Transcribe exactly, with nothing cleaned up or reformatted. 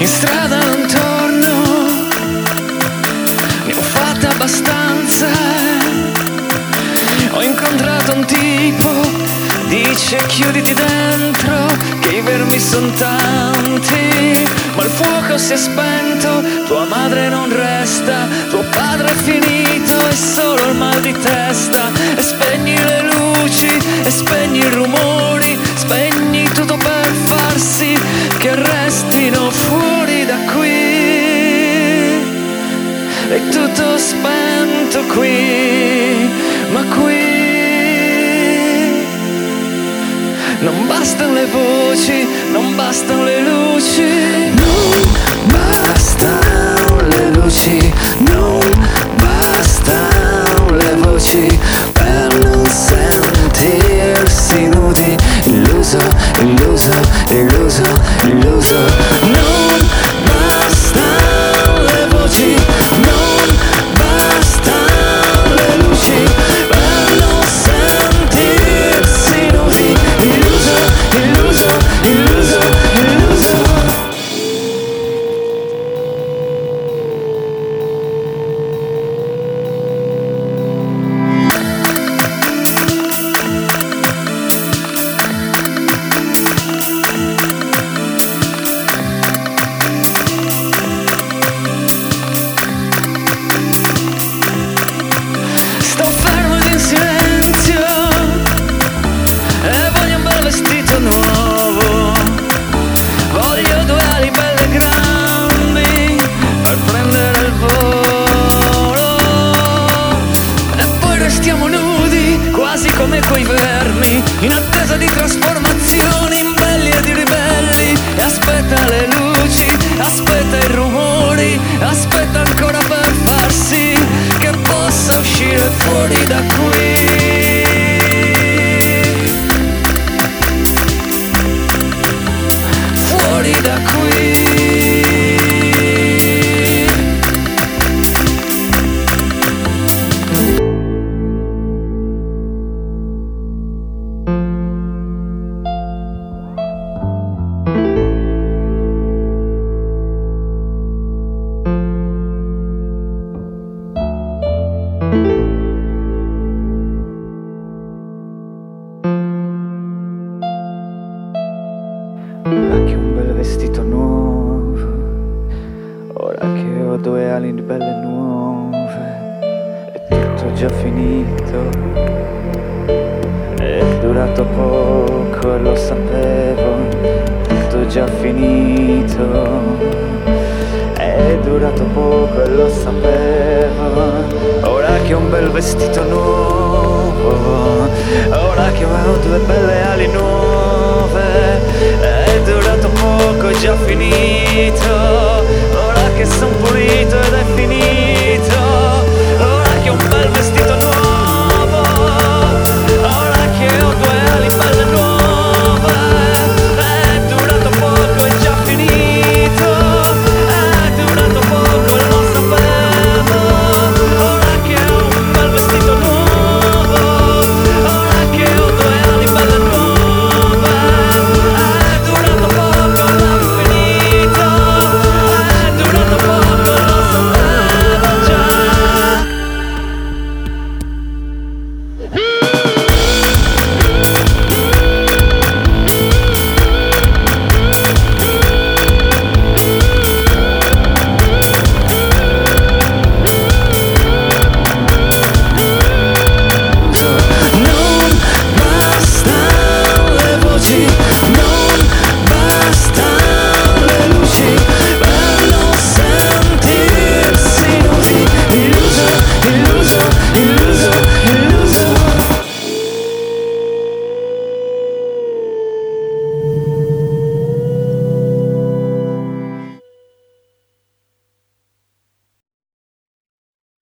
in strada non torno, ne ho fatte abbastanza. Ho incontrato un tipo, dice chiuditi dentro, che i vermi son tanti, ma il fuoco si è spento, tua madre non resta, tuo padre è finito, è solo il mal di testa. E spegni le luci, e spegni i rumori, spegni tutto per far sì che restino fuori da qui. È tutto spento qui, ma qui non bastano le voci, non bastano le luci, non bastano le luci, non bastano le voci per non sentirsi nudi, illuso, illuso, illuso, illuso. Non bastano le voci, non bastano le luci per non sentirsi nudi, illuso, illuso, illuso, illuso. Sto fermo ed in silenzio e voglio un bel vestito nuovo, voglio due ali belle e grandi per prendere il volo, e poi restiamo nudi quasi come quei vermi in attesa di trasformazioni in belli ed i ribelli. E aspetta le luci, aspetta i rumori, aspetta ancora per far sì che possa uscire fuori da qui. Fuori da qui. Ora che ho un bel vestito nuovo, ora che ho due ali belle nuove, è tutto già finito, è durato poco e lo sapevo, tutto già finito, è durato poco e lo sapevo. Ora che ho un bel vestito nuovo, ora che ho due belle ali nuove, è durato poco, è già finito.